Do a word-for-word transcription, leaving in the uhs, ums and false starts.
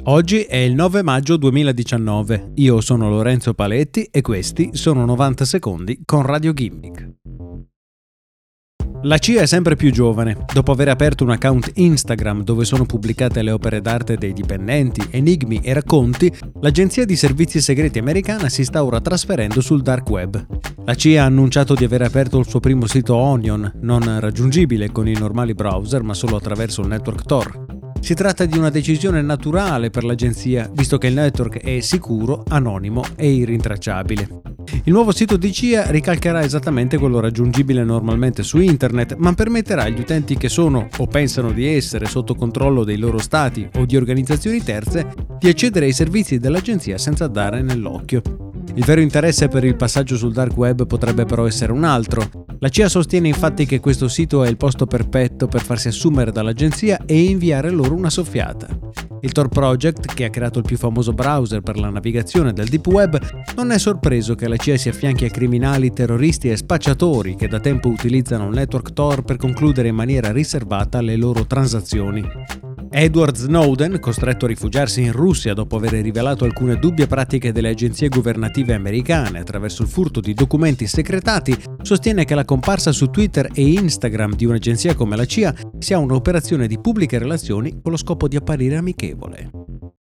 Oggi è il nove maggio duemiladiciannove, io sono Lorenzo Paletti e questi sono novanta secondi con Radio Gimmick. La C I A è sempre più giovane. Dopo aver aperto un account Instagram dove sono pubblicate le opere d'arte dei dipendenti, enigmi e racconti, l'agenzia di servizi segreti americana si sta ora trasferendo sul dark web. La C I A ha annunciato di aver aperto il suo primo sito Onion, non raggiungibile con i normali browser ma solo attraverso il network Tor. Si tratta di una decisione naturale per l'agenzia, visto che il network è sicuro, anonimo e irrintracciabile. Il nuovo sito di C I A ricalcherà esattamente quello raggiungibile normalmente su internet, ma permetterà agli utenti che sono o pensano di essere sotto controllo dei loro stati o di organizzazioni terze di accedere ai servizi dell'agenzia senza dare nell'occhio. Il vero interesse per il passaggio sul dark web potrebbe però essere un altro. La C I A sostiene infatti che questo sito è il posto perfetto per farsi assumere dall'agenzia e inviare loro una soffiata. Il Tor Project, che ha creato il più famoso browser per la navigazione del deep web, non è sorpreso che la C I A si affianchi a criminali, terroristi e spacciatori che da tempo utilizzano il network Tor per concludere in maniera riservata le loro transazioni. Edward Snowden, costretto a rifugiarsi in Russia dopo aver rivelato alcune dubbie pratiche delle agenzie governative americane attraverso il furto di documenti segretati, sostiene che la comparsa su Twitter e Instagram di un'agenzia come la C I A sia un'operazione di pubbliche relazioni con lo scopo di apparire amichevole.